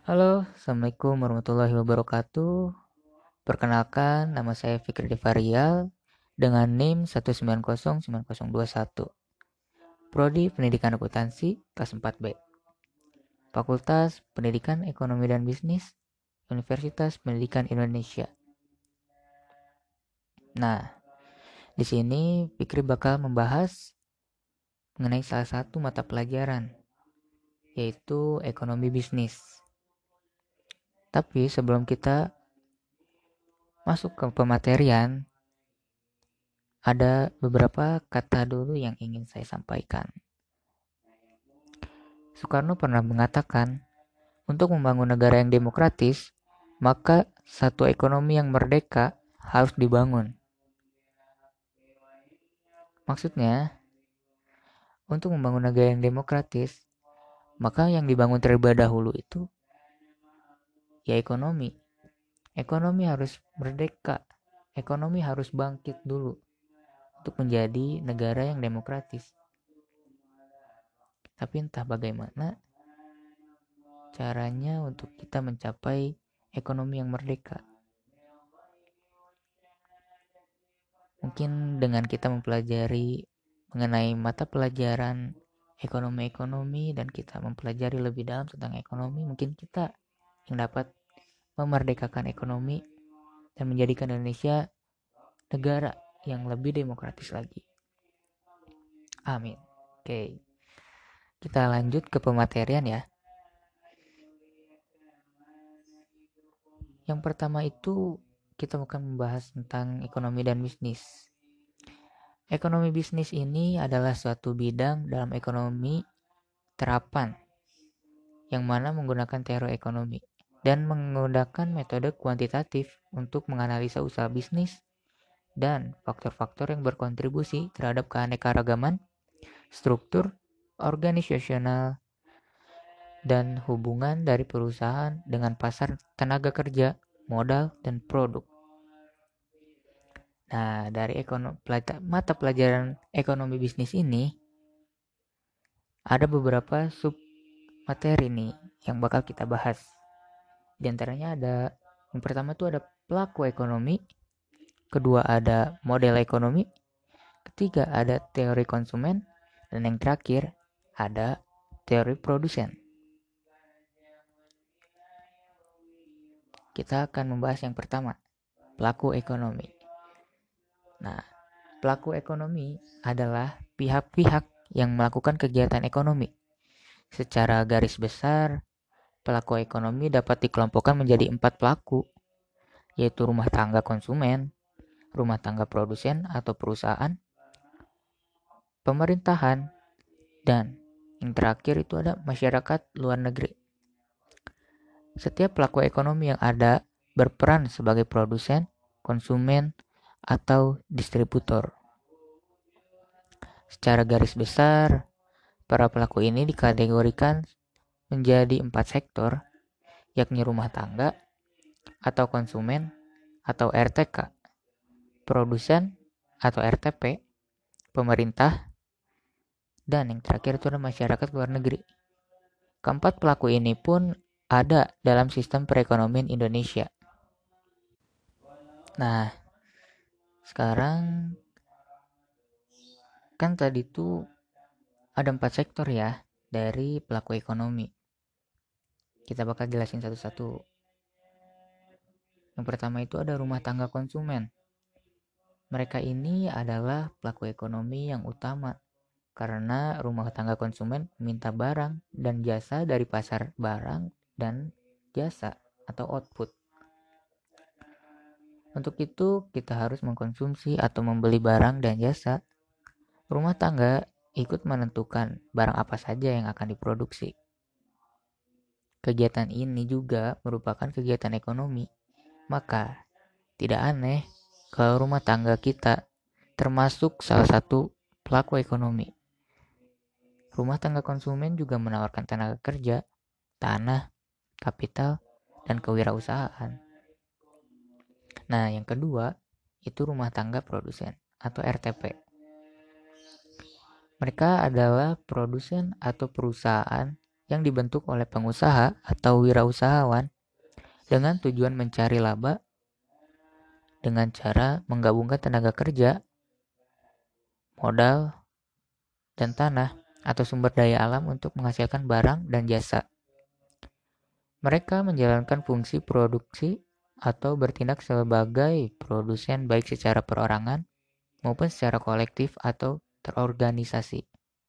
Halo, Assalamualaikum warahmatullahi wabarakatuh. Perkenalkan, nama saya Fikri Devarial dengan NIM 1909021. Prodi Pendidikan Akuntansi kelas 4B. Fakultas Pendidikan Ekonomi dan Bisnis, Universitas Pendidikan Indonesia. Nah, di sini Fikri bakal membahas mengenai salah satu mata pelajaran, yaitu ekonomi bisnis. Tapi sebelum kita masuk ke pematerian, ada beberapa kata dulu yang ingin saya sampaikan. Soekarno pernah mengatakan, untuk membangun negara yang demokratis, maka satu ekonomi yang merdeka harus dibangun. Maksudnya, untuk membangun negara yang demokratis, maka yang dibangun terlebih dahulu itu ya ekonomi. Ekonomi harus merdeka. Ekonomi harus bangkit dulu untuk menjadi negara yang demokratis. Tapi entah bagaimana caranya untuk kita mencapai ekonomi yang merdeka. Mungkin dengan kita mempelajari mengenai mata pelajaran ekonomi dan kita mempelajari lebih dalam tentang ekonomi, mungkin kita yang dapat memerdekakan ekonomi dan menjadikan Indonesia negara yang lebih demokratis lagi. Amin. Oke. Kita lanjut ke pematerian ya. Yang pertama itu kita akan membahas tentang ekonomi dan bisnis. Ekonomi bisnis ini adalah suatu bidang dalam ekonomi terapan yang mana menggunakan teori ekonomi dan menggunakan metode kuantitatif untuk menganalisa usaha bisnis dan faktor-faktor yang berkontribusi terhadap keanekaragaman, struktur, organisasional, dan hubungan dari perusahaan dengan pasar tenaga kerja, modal, dan produk. Nah, dari mata pelajaran ekonomi bisnis ini, ada beberapa sub materi nih yang bakal kita bahas. Di antaranya ada, yang pertama tuh ada pelaku ekonomi, kedua ada model ekonomi, ketiga ada teori konsumen, dan yang terakhir ada teori produsen. Kita akan membahas yang pertama, pelaku ekonomi. Nah, pelaku ekonomi adalah pihak-pihak yang melakukan kegiatan ekonomi. Secara garis besar, pelaku ekonomi dapat dikelompokkan menjadi 4 pelaku, yaitu rumah tangga konsumen, rumah tangga produsen atau perusahaan, pemerintahan, dan yang terakhir itu ada masyarakat luar negeri. Setiap pelaku ekonomi yang ada berperan sebagai produsen, konsumen, atau distributor. Secara garis besar, para pelaku ini dikategorikan menjadi 4 sektor, yakni rumah tangga, atau konsumen, atau RTK, produsen, atau RTP, pemerintah, dan yang terakhir itu ada masyarakat luar negeri. Keempat pelaku ini pun ada dalam sistem perekonomian Indonesia. Nah, sekarang kan tadi tuh ada 4 sektor ya dari pelaku ekonomi. Kita bakal jelasin satu-satu. Yang pertama itu ada rumah tangga konsumen. Mereka ini adalah pelaku ekonomi yang utama karena rumah tangga konsumen minta barang dan jasa dari pasar barang dan jasa atau output. Untuk itu, kita harus mengkonsumsi atau membeli barang dan jasa. Rumah tangga ikut menentukan barang apa saja yang akan diproduksi. Kegiatan ini juga merupakan kegiatan ekonomi. Maka, tidak aneh kalau rumah tangga kita termasuk salah satu pelaku ekonomi. Rumah tangga konsumen juga menawarkan tenaga kerja, tanah, kapital, dan kewirausahaan. Nah, yang kedua itu rumah tangga produsen atau RTP. Mereka adalah produsen atau perusahaan yang dibentuk oleh pengusaha atau wirausahawan dengan tujuan mencari laba dengan cara menggabungkan tenaga kerja, modal, dan tanah atau sumber daya alam untuk menghasilkan barang dan jasa. Mereka menjalankan fungsi produksi atau bertindak sebagai produsen baik secara perorangan maupun secara kolektif atau terorganisasi.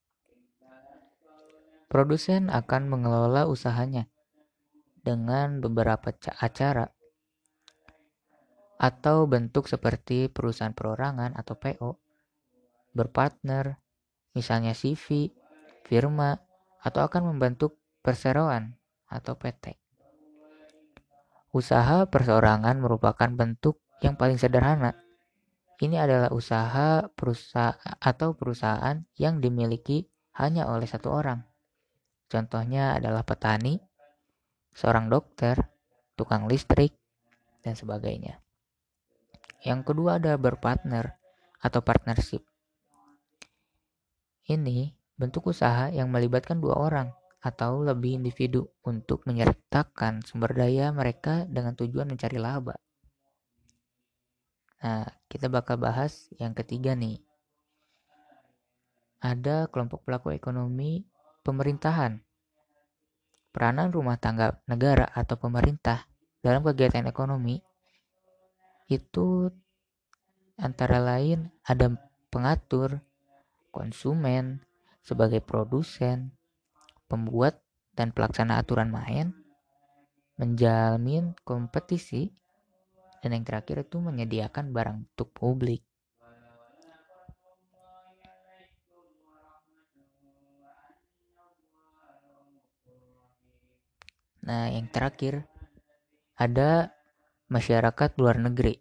Produsen akan mengelola usahanya dengan beberapa acara atau bentuk seperti perusahaan perorangan atau PO, berpartner, misalnya CV, firma, atau akan membentuk perseroan atau PT. Usaha perseorangan merupakan bentuk yang paling sederhana. Ini adalah usaha perusahaan yang dimiliki hanya oleh satu orang. Contohnya adalah petani, seorang dokter, tukang listrik, dan sebagainya. Yang kedua ada berpartner atau partnership. Ini bentuk usaha yang melibatkan dua orang atau lebih individu untuk menyertakan sumber daya mereka dengan tujuan mencari laba. Nah, kita bakal bahas yang ketiga nih. Ada kelompok pelaku ekonomi pemerintahan. Peranan rumah tangga negara atau pemerintah dalam kegiatan ekonomi itu antara lain ada pengatur, konsumen, sebagai produsen, pembuat dan pelaksana aturan main, menjamin kompetisi, dan yang terakhir itu menyediakan barang untuk publik. Nah, yang terakhir ada masyarakat luar negeri.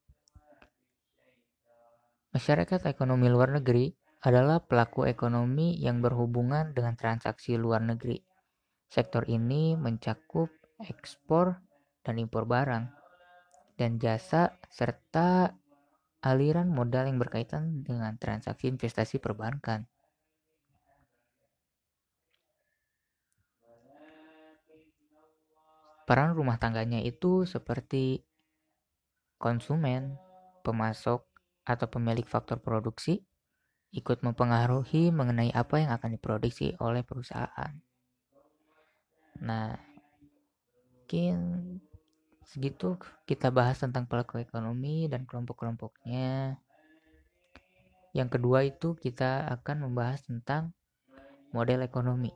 Masyarakat ekonomi luar negeri adalah pelaku ekonomi yang berhubungan dengan transaksi luar negeri. Sektor ini mencakup ekspor dan impor barang dan jasa serta aliran modal yang berkaitan dengan transaksi investasi perbankan. Peran rumah tangganya itu seperti konsumen, pemasok, atau pemilik faktor produksi ikut mempengaruhi mengenai apa yang akan diproduksi oleh perusahaan. Nah, mungkin segitu kita bahas tentang pelaku ekonomi dan kelompok-kelompoknya. Yang kedua itu kita akan membahas tentang model ekonomi.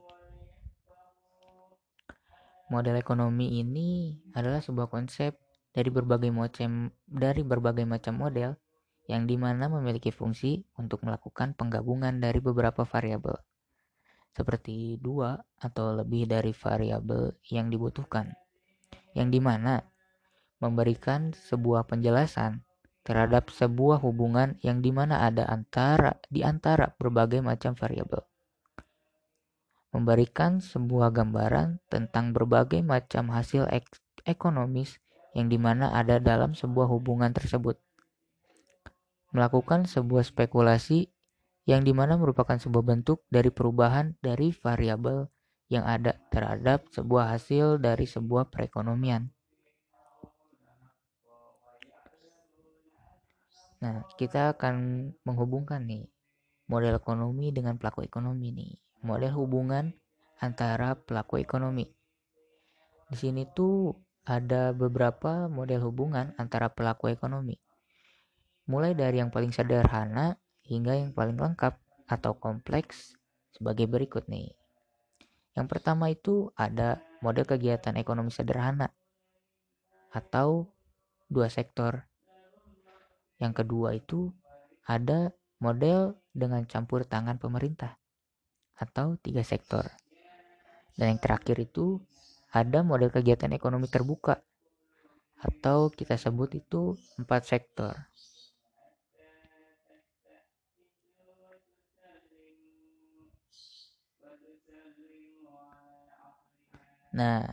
Model ekonomi ini adalah sebuah konsep dari berbagai macam model yang dimana memiliki fungsi untuk melakukan penggabungan dari beberapa variabel seperti dua atau lebih dari variabel yang dibutuhkan, yang dimana memberikan sebuah penjelasan terhadap sebuah hubungan yang dimana ada di antara berbagai macam variabel, memberikan sebuah gambaran tentang berbagai macam hasil ekonomis yang dimana ada dalam sebuah hubungan tersebut, melakukan sebuah spekulasi yang dimana merupakan sebuah bentuk dari perubahan dari variabel yang ada terhadap sebuah hasil dari sebuah perekonomian. Nah, kita akan menghubungkan nih model ekonomi dengan pelaku ekonomi nih. Model hubungan antara pelaku ekonomi. Di sini tuh ada beberapa model hubungan antara pelaku ekonomi. Mulai dari yang paling sederhana hingga yang paling lengkap atau kompleks sebagai berikut nih. Yang pertama itu ada model kegiatan ekonomi sederhana atau dua sektor. Yang kedua itu ada model dengan campur tangan pemerintah atau tiga sektor. Dan yang terakhir itu ada model kegiatan ekonomi terbuka atau kita sebut itu empat sektor. Nah,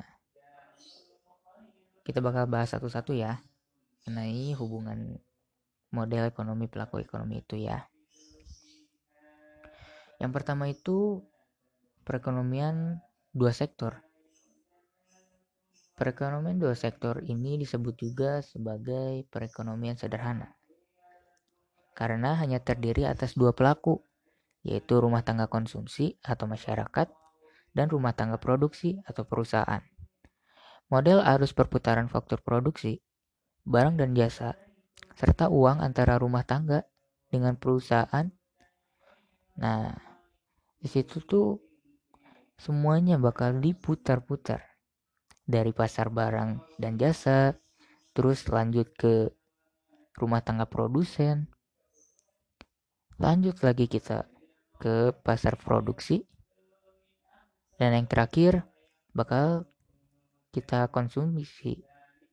kita bakal bahas satu-satu ya mengenai hubungan model ekonomi pelaku ekonomi itu ya. Yang pertama itu perekonomian dua sektor. Perekonomian dua sektor ini disebut juga sebagai perekonomian sederhana karena hanya terdiri atas dua pelaku, yaitu rumah tangga konsumsi atau masyarakat dan rumah tangga produksi atau perusahaan. Model arus perputaran faktor produksi, barang dan jasa, serta uang antara rumah tangga dengan perusahaan. Nah, di situ tuh semuanya bakal diputar-putar dari pasar barang dan jasa, terus lanjut ke rumah tangga produsen, lanjut lagi kita ke pasar produksi, dan yang terakhir bakal kita konsumsi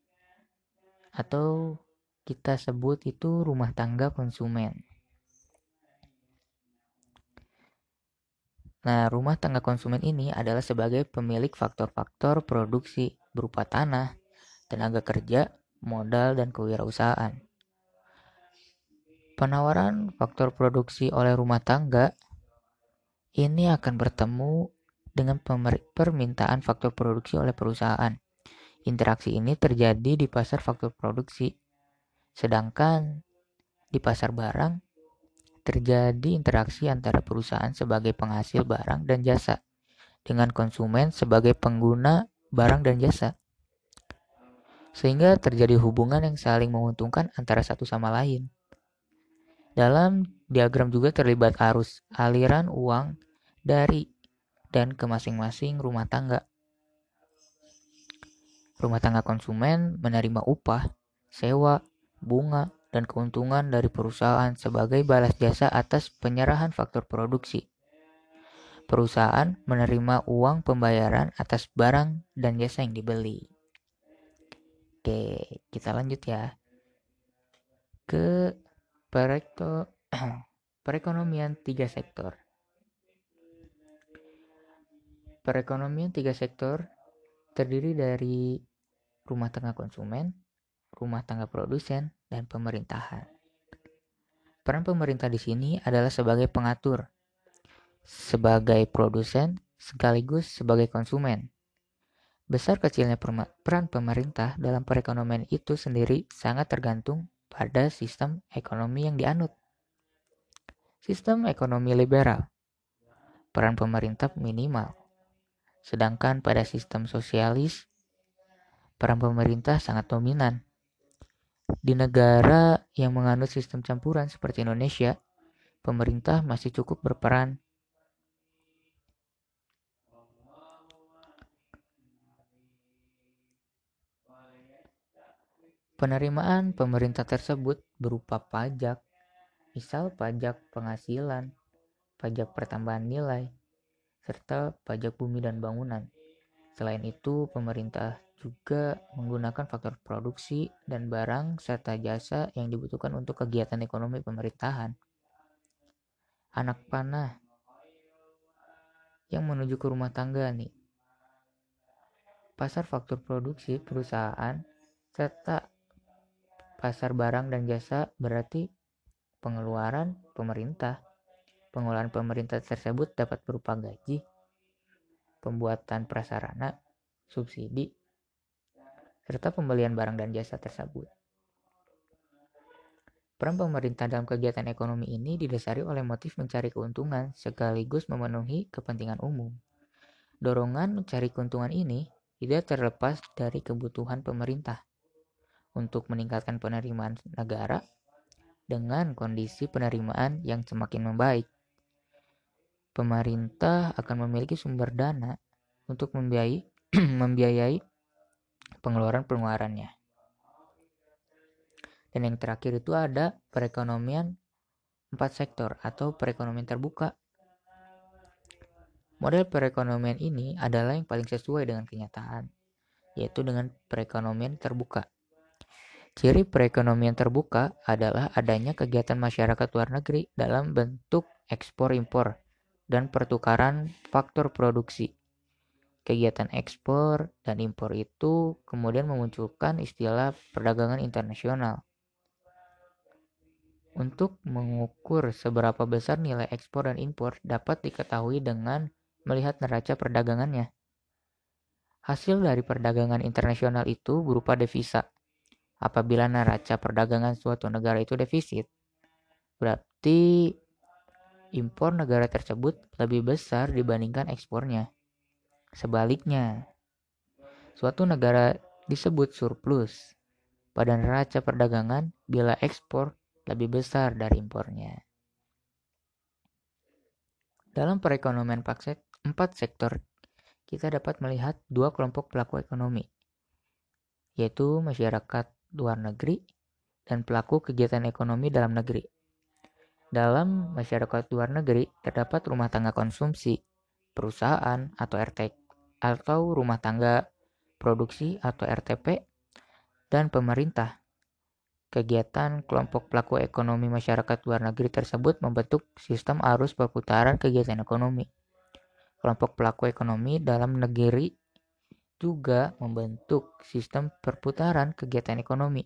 atau kita sebut itu rumah tangga konsumen. Nah, rumah tangga konsumen ini adalah sebagai pemilik faktor-faktor produksi berupa tanah, tenaga kerja, modal, dan kewirausahaan. Penawaran faktor produksi oleh rumah tangga ini akan bertemu dengan permintaan faktor produksi oleh perusahaan. Interaksi ini terjadi di pasar faktor produksi, sedangkan di pasar barang terjadi interaksi antara perusahaan sebagai penghasil barang dan jasa dengan konsumen sebagai pengguna barang dan jasa. Sehingga terjadi hubungan yang saling menguntungkan antara satu sama lain. Dalam diagram juga terlibat arus aliran uang dari dan ke masing-masing rumah tangga. Rumah tangga konsumen menerima upah, sewa, bunga, dan keuntungan dari perusahaan sebagai balas jasa atas penyerahan faktor produksi. Perusahaan menerima uang pembayaran atas barang dan jasa yang dibeli. Oke, kita lanjut ya ke perekonomian tiga sektor. Perekonomian tiga sektor terdiri dari rumah tangga konsumen, rumah tangga produsen, dan pemerintahan. Peran pemerintah di sini adalah sebagai pengatur, sebagai produsen, sekaligus sebagai konsumen. Besar kecilnya peran pemerintah dalam perekonomian itu sendiri sangat tergantung pada sistem ekonomi yang dianut. Sistem ekonomi liberal, peran pemerintah minimal. Sedangkan pada sistem sosialis, peran pemerintah sangat dominan. Di negara yang menganut sistem campuran seperti Indonesia, pemerintah masih cukup berperan. Penerimaan pemerintah tersebut berupa pajak, misal pajak penghasilan, pajak pertambahan nilai, serta pajak bumi dan bangunan. Selain itu, pemerintah juga menggunakan faktor produksi dan barang serta jasa yang dibutuhkan untuk kegiatan ekonomi pemerintahan. Anak panah yang menuju ke rumah tangga nih. Pasar faktor produksi perusahaan serta pasar barang dan jasa berarti pengeluaran pemerintah. Pengeluaran pemerintah tersebut dapat berupa gaji, pembuatan prasarana, subsidi, serta pembelian barang dan jasa tersebut. Peran pemerintah dalam kegiatan ekonomi ini didasari oleh motif mencari keuntungan sekaligus memenuhi kepentingan umum. Dorongan mencari keuntungan ini tidak terlepas dari kebutuhan pemerintah untuk meningkatkan penerimaan negara dengan kondisi penerimaan yang semakin membaik. Pemerintah akan memiliki sumber dana untuk membiayai pengeluaran-pengeluarannya. Dan yang terakhir itu ada perekonomian 4 sektor atau perekonomian terbuka. Model perekonomian ini adalah yang paling sesuai dengan kenyataan, yaitu dengan perekonomian terbuka. Ciri perekonomian terbuka adalah adanya kegiatan masyarakat luar negeri dalam bentuk ekspor-impor dan pertukaran faktor produksi. Kegiatan ekspor dan impor itu kemudian memunculkan istilah perdagangan internasional. Untuk mengukur seberapa besar nilai ekspor dan impor dapat diketahui dengan melihat neraca perdagangannya. Hasil dari perdagangan internasional itu berupa devisa. Apabila neraca perdagangan suatu negara itu defisit, berarti impor negara tersebut lebih besar dibandingkan ekspornya. Sebaliknya, suatu negara disebut surplus pada neraca perdagangan bila ekspor lebih besar dari impornya. Dalam perekonomian empat sektor, kita dapat melihat dua kelompok pelaku ekonomi, yaitu masyarakat luar negeri dan pelaku kegiatan ekonomi dalam negeri. Dalam masyarakat luar negeri terdapat rumah tangga konsumsi, perusahaan atau atau rumah tangga produksi atau RTP, dan pemerintah. Kegiatan kelompok pelaku ekonomi masyarakat luar negeri tersebut membentuk sistem arus perputaran kegiatan ekonomi. Kelompok pelaku ekonomi dalam negeri juga membentuk sistem perputaran kegiatan ekonomi.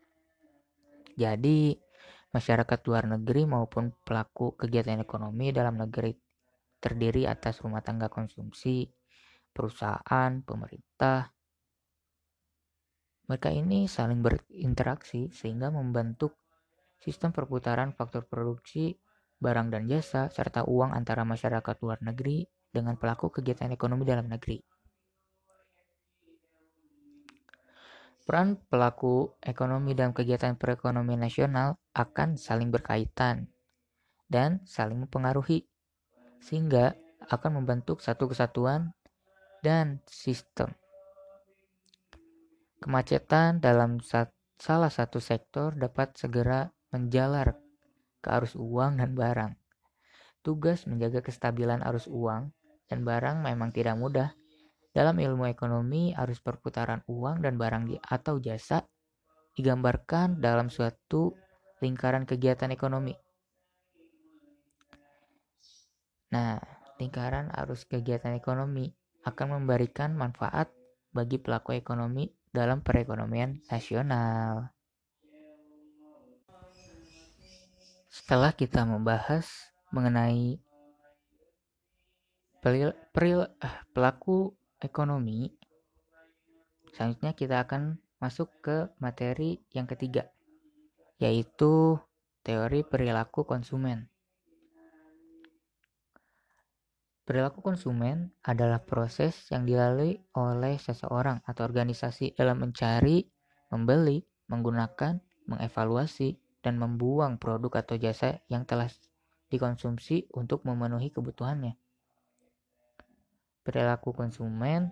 Jadi, masyarakat luar negeri maupun pelaku kegiatan ekonomi dalam negeri terdiri atas rumah tangga konsumsi, perusahaan, pemerintah. Mereka ini saling berinteraksi sehingga membentuk sistem perputaran faktor produksi, barang dan jasa, serta uang antara masyarakat luar negeri dengan pelaku kegiatan ekonomi dalam negeri. Peran pelaku ekonomi dalam kegiatan perekonomian nasional akan saling berkaitan dan saling mempengaruhi, sehingga akan membentuk satu kesatuan dan sistem. Kemacetan dalam salah satu sektor dapat segera menjalar ke arus uang dan barang. Tugas menjaga kestabilan arus uang dan barang memang tidak mudah. Dalam ilmu ekonomi, arus perputaran uang dan barang atau jasa digambarkan dalam suatu lingkaran kegiatan ekonomi. Nah, lingkaran arus kegiatan ekonomi akan memberikan manfaat bagi pelaku ekonomi dalam perekonomian nasional. Setelah kita membahas mengenai pelaku ekonomi, selanjutnya kita akan masuk ke materi yang ketiga, yaitu teori perilaku konsumen. Perilaku konsumen adalah proses yang dilalui oleh seseorang atau organisasi dalam mencari, membeli, menggunakan, mengevaluasi, dan membuang produk atau jasa yang telah dikonsumsi untuk memenuhi kebutuhannya. Perilaku konsumen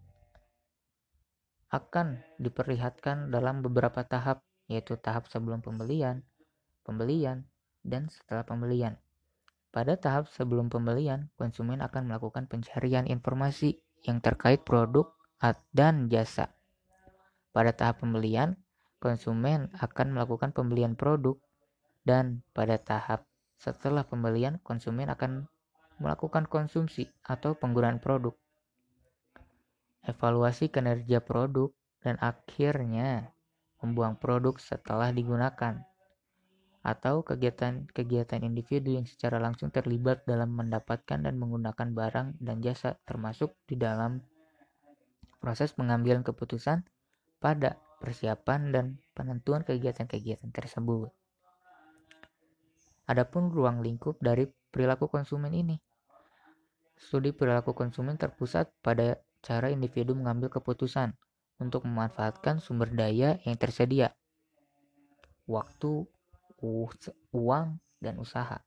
akan diperlihatkan dalam beberapa tahap, yaitu tahap sebelum pembelian, dan setelah pembelian. Pada tahap sebelum pembelian, konsumen akan melakukan pencarian informasi yang terkait produk dan jasa. Pada tahap pembelian, konsumen akan melakukan pembelian produk, dan pada tahap setelah pembelian, konsumen akan melakukan konsumsi atau penggunaan produk. Evaluasi kinerja produk, dan akhirnya membuang produk setelah digunakan, atau kegiatan individu yang secara langsung terlibat dalam mendapatkan dan menggunakan barang dan jasa, termasuk di dalam proses pengambilan keputusan pada persiapan dan penentuan kegiatan-kegiatan tersebut. Adapun ruang lingkup dari perilaku konsumen ini. Studi perilaku konsumen terpusat pada cara individu mengambil keputusan untuk memanfaatkan sumber daya yang tersedia, waktu, uang, dan usaha,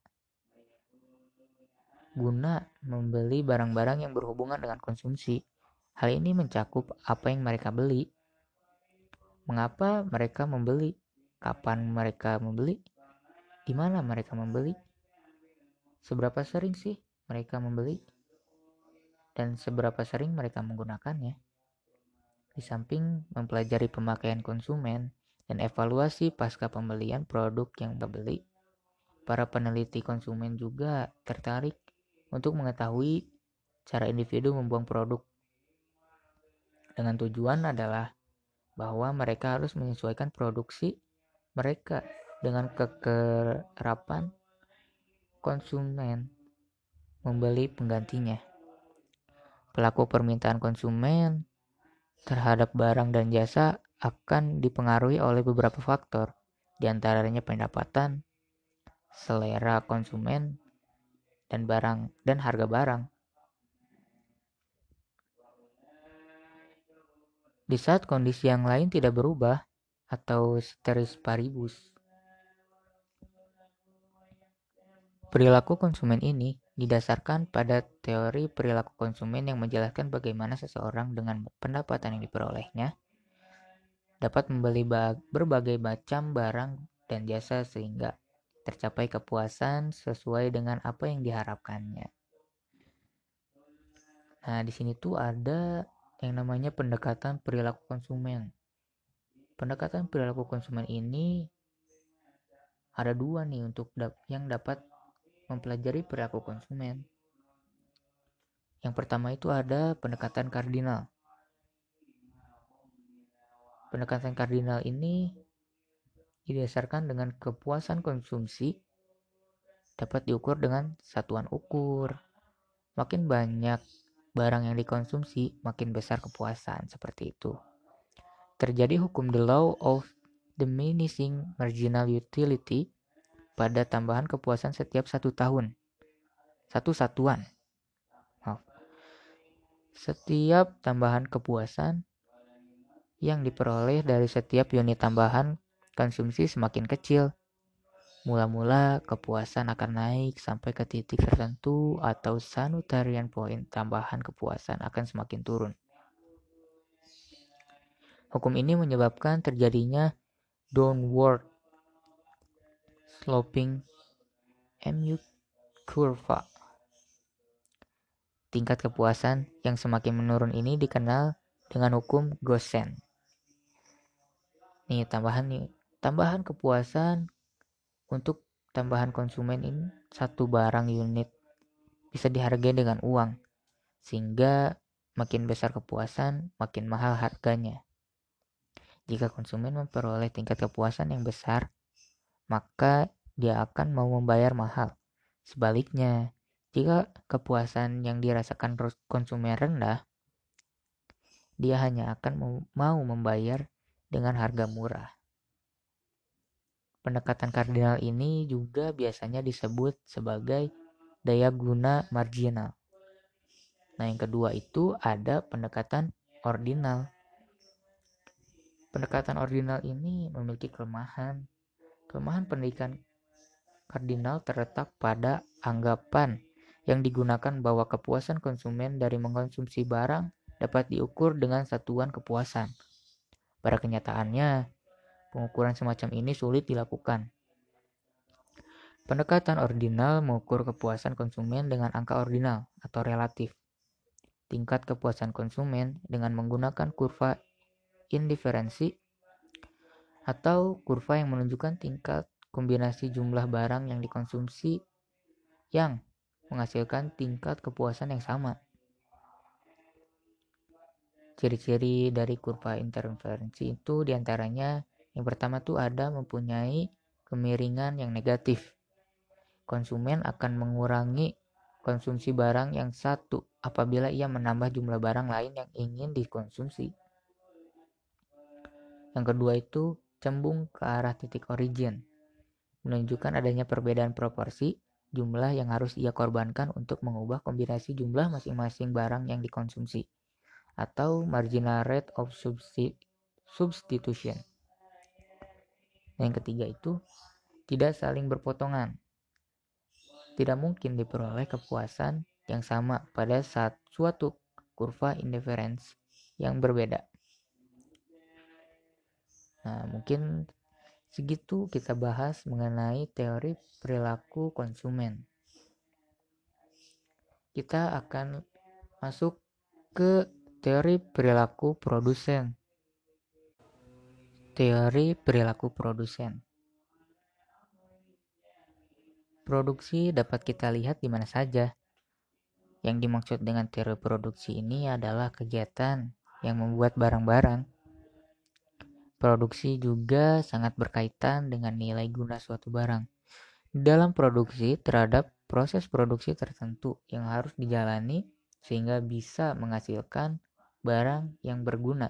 guna membeli barang-barang yang berhubungan dengan konsumsi. Hal ini mencakup apa yang mereka beli, mengapa mereka membeli, kapan mereka membeli, di mana mereka membeli, seberapa sering sih mereka membeli, dan seberapa sering mereka menggunakannya. Di samping mempelajari pemakaian konsumen dan evaluasi pasca pembelian produk yang dibeli, para peneliti konsumen juga tertarik untuk mengetahui cara individu membuang produk. Dengan tujuan adalah bahwa mereka harus menyesuaikan produksi mereka dengan kekerapan konsumen membeli penggantinya. Pelaku permintaan konsumen terhadap barang dan jasa akan dipengaruhi oleh beberapa faktor, di antaranya pendapatan, selera konsumen, dan harga barang. Di saat kondisi yang lain tidak berubah atau ceteris paribus, perilaku konsumen ini didasarkan pada teori perilaku konsumen yang menjelaskan bagaimana seseorang dengan pendapatan yang diperolehnya dapat membeli berbagai macam barang dan jasa sehingga tercapai kepuasan sesuai dengan apa yang diharapkannya. Nah, di sini tuh ada yang namanya pendekatan perilaku konsumen. Pendekatan perilaku konsumen ini ada dua nih untuk yang dapat mempelajari perilaku konsumen. Yang pertama itu ada pendekatan kardinal. Pendekatan kardinal ini didasarkan dengan kepuasan konsumsi dapat diukur dengan satuan ukur. Makin banyak barang yang dikonsumsi, makin besar kepuasan, seperti itu. Terjadi hukum the law of diminishing marginal utility pada tambahan kepuasan setiap 1 tahun. Satu satuan. Setiap tambahan kepuasan yang diperoleh dari setiap unit tambahan konsumsi semakin kecil. Mula-mula kepuasan akan naik sampai ke titik tertentu atau sanitarian point tambahan kepuasan akan semakin turun. Hukum ini menyebabkan terjadinya downward sloping MU kurva. Tingkat kepuasan yang semakin menurun ini dikenal dengan hukum Gaussian. Tambahan kepuasan untuk tambahan konsumen ini satu barang unit bisa dihargai dengan uang, sehingga makin besar kepuasan, makin mahal harganya. Jika konsumen memperoleh tingkat kepuasan yang besar, maka dia akan mau membayar mahal. Sebaliknya, jika kepuasan yang dirasakan konsumen rendah, dia hanya akan mau membayar dengan harga murah. Pendekatan kardinal ini juga biasanya disebut sebagai daya guna marginal. Nah, yang kedua itu ada pendekatan ordinal. Pendekatan ordinal ini memiliki kelemahan. Kelemahan pendidikan kardinal terletak pada anggapan yang digunakan bahwa kepuasan konsumen dari mengkonsumsi barang dapat diukur dengan satuan kepuasan. Pada kenyataannya, pengukuran semacam ini sulit dilakukan. Pendekatan ordinal mengukur kepuasan konsumen dengan angka ordinal atau relatif. Tingkat kepuasan konsumen dengan menggunakan kurva indiferensi atau kurva yang menunjukkan tingkat kombinasi jumlah barang yang dikonsumsi yang menghasilkan tingkat kepuasan yang sama. Ciri-ciri dari kurva interferensi itu diantaranya yang pertama tuh ada mempunyai kemiringan yang negatif. Konsumen akan mengurangi konsumsi barang yang satu apabila ia menambah jumlah barang lain yang ingin dikonsumsi. Yang kedua itu cembung ke arah titik origin, menunjukkan adanya perbedaan proporsi jumlah yang harus ia korbankan untuk mengubah kombinasi jumlah masing-masing barang yang dikonsumsi, atau marginal rate of substitution. Yang ketiga itu tidak saling berpotongan. Tidak mungkin diperoleh kepuasan yang sama pada saat suatu kurva indiference yang berbeda. Nah, mungkin segitu kita bahas mengenai teori perilaku konsumen. Kita akan masuk ke teori perilaku produsen. Teori perilaku produsen. Produksi dapat kita lihat di mana saja. Yang dimaksud dengan teori produksi ini adalah kegiatan yang membuat barang-barang. Produksi juga sangat berkaitan dengan nilai guna suatu barang. Dalam produksi terhadap proses produksi tertentu yang harus dijalani sehingga bisa menghasilkan barang yang berguna.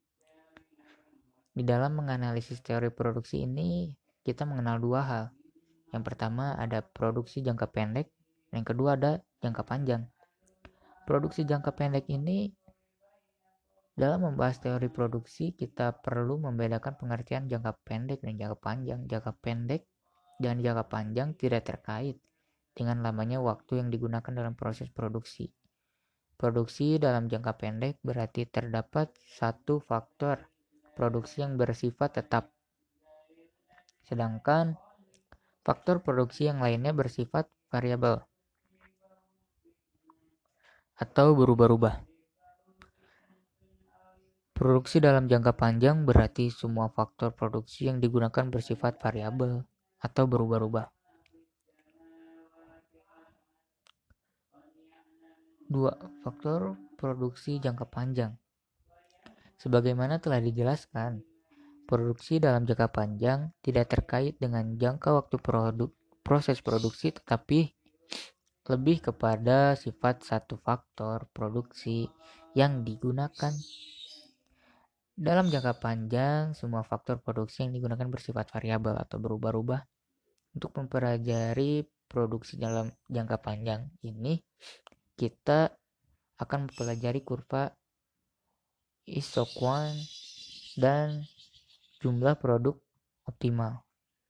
Di dalam menganalisis teori produksi ini, kita mengenal dua hal. Yang pertama ada produksi jangka pendek, yang kedua ada jangka panjang. Produksi jangka pendek ini, dalam membahas teori produksi, kita perlu membedakan pengertian jangka pendek dan jangka panjang. Jangka pendek dan jangka panjang tidak terkait dengan lamanya waktu yang digunakan dalam proses produksi. Produksi dalam jangka pendek berarti terdapat satu faktor produksi yang bersifat tetap, sedangkan faktor produksi yang lainnya bersifat variabel atau berubah-ubah. Produksi dalam jangka panjang berarti semua faktor produksi yang digunakan bersifat variabel atau berubah-ubah. 2. Faktor produksi jangka panjang. Sebagaimana telah dijelaskan, produksi dalam jangka panjang tidak terkait dengan jangka waktu proses produksi, tetapi lebih kepada sifat satu faktor produksi yang digunakan. Dalam jangka panjang, semua faktor produksi yang digunakan bersifat variabel atau berubah-ubah. Untuk mempelajari produksi dalam jangka panjang ini, kita akan mempelajari kurva isoquant dan jumlah produk optimal.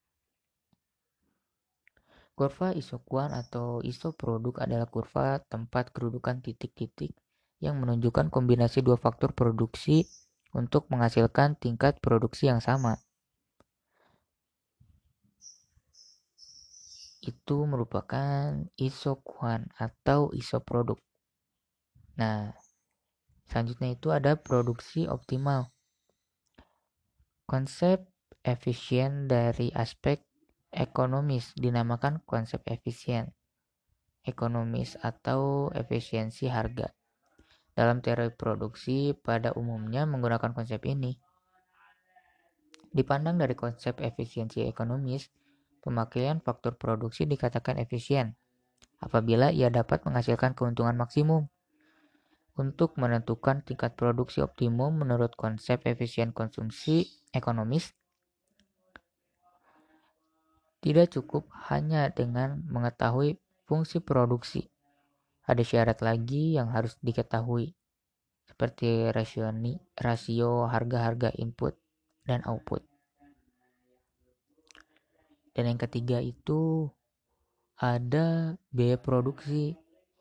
Kurva isoquant atau isoproduk adalah kurva tempat kedudukan titik-titik yang menunjukkan kombinasi dua faktor produksi untuk menghasilkan tingkat produksi yang sama. Itu merupakan isoquant atau isoproduk. Nah, selanjutnya itu ada produksi optimal. Konsep efisien dari aspek ekonomis dinamakan konsep efisien ekonomis atau efisiensi harga. Dalam teori produksi pada umumnya menggunakan konsep ini. Dipandang dari konsep efisiensi ekonomis, pemakaian faktor produksi dikatakan efisien apabila ia dapat menghasilkan keuntungan maksimum. Untuk menentukan tingkat produksi optimum menurut konsep efisien konsumsi ekonomis, tidak cukup hanya dengan mengetahui fungsi produksi. Ada syarat lagi yang harus diketahui, seperti rasio harga-harga input dan output. Dan yang ketiga itu ada biaya produksi.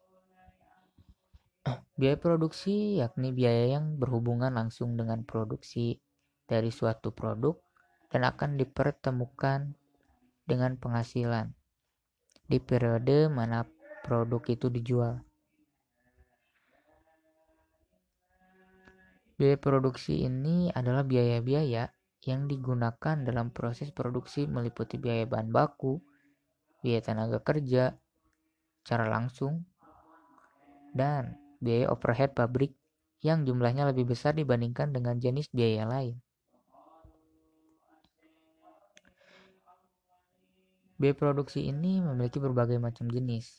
Biaya produksi yakni biaya yang berhubungan langsung dengan produksi dari suatu produk dan akan dipertemukan dengan penghasilan di periode mana produk itu dijual. Biaya produksi ini adalah biaya-biaya yang digunakan dalam proses produksi meliputi biaya bahan baku, biaya tenaga kerja secara langsung, dan biaya overhead pabrik yang jumlahnya lebih besar dibandingkan dengan jenis biaya lain. Biaya produksi ini memiliki berbagai macam jenis.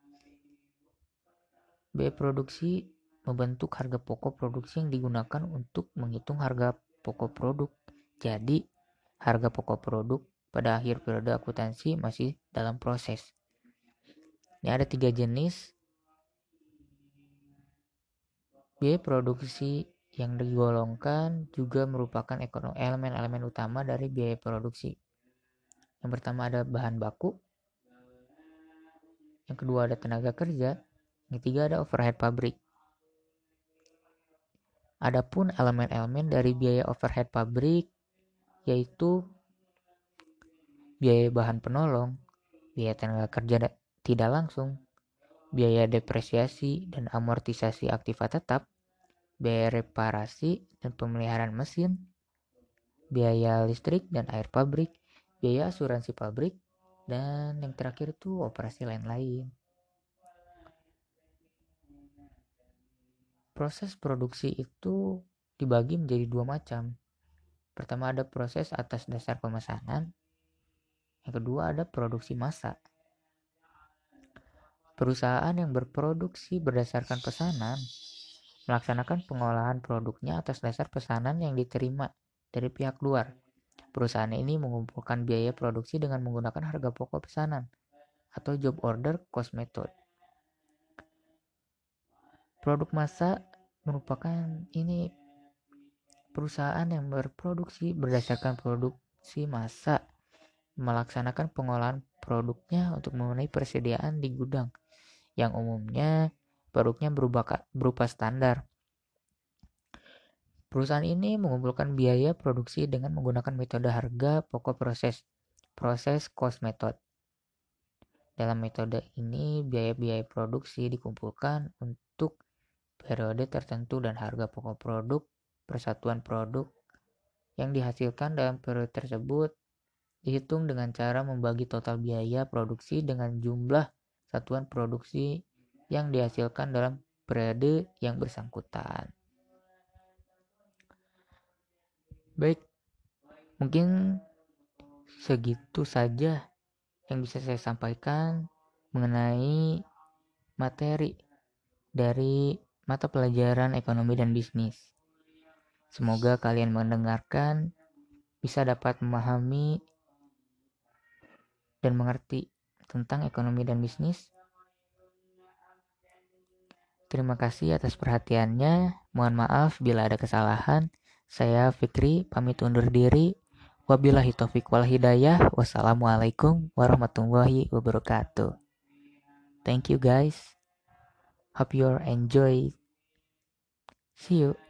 Biaya produksi membentuk harga pokok produksi yang digunakan untuk menghitung harga pokok produk. Jadi, harga pokok produk pada akhir periode akuntansi masih dalam proses. Ini ada 3 jenis biaya produksi yang digolongkan juga merupakan elemen-elemen utama dari biaya produksi. Yang pertama ada bahan baku, yang kedua ada tenaga kerja, yang ketiga ada overhead pabrik. Adapun elemen-elemen dari biaya overhead pabrik yaitu biaya bahan penolong, biaya tenaga kerja tidak langsung, biaya depresiasi dan amortisasi aktiva tetap, biaya reparasi dan pemeliharaan mesin, biaya listrik dan air pabrik, biaya asuransi pabrik, dan yang terakhir itu operasi lain-lain. Proses produksi itu dibagi menjadi 2 macam. Pertama ada proses atas dasar pemesanan, yang kedua ada produksi massa. Perusahaan yang berproduksi berdasarkan pesanan melaksanakan pengolahan produknya atas dasar pesanan yang diterima dari pihak luar. Perusahaan ini mengumpulkan biaya produksi dengan menggunakan harga pokok pesanan atau job order cost method. Produk massa merupakan ini perusahaan yang berproduksi berdasarkan produksi massa, melaksanakan pengolahan produknya untuk memenuhi persediaan di gudang, yang umumnya produknya berupa standar. Perusahaan ini mengumpulkan biaya produksi dengan menggunakan metode harga pokok proses cost method. Dalam metode ini, biaya-biaya produksi dikumpulkan untuk periode tertentu dan harga pokok produk persatuan produk yang dihasilkan dalam periode tersebut dihitung dengan cara membagi total biaya produksi dengan jumlah satuan produksi yang dihasilkan dalam periode yang bersangkutan. Baik, mungkin segitu saja yang bisa saya sampaikan mengenai materi dari mata pelajaran ekonomi dan bisnis. Semoga kalian mendengarkan bisa dapat memahami dan mengerti tentang ekonomi dan bisnis. Terima kasih atas perhatiannya. Mohon maaf bila ada kesalahan. Saya Fikri, pamit undur diri. Wabillahi taufiq wal hidayah. Wassalamualaikum warahmatullahi wabarakatuh. Thank you guys. Hope you enjoy. See you.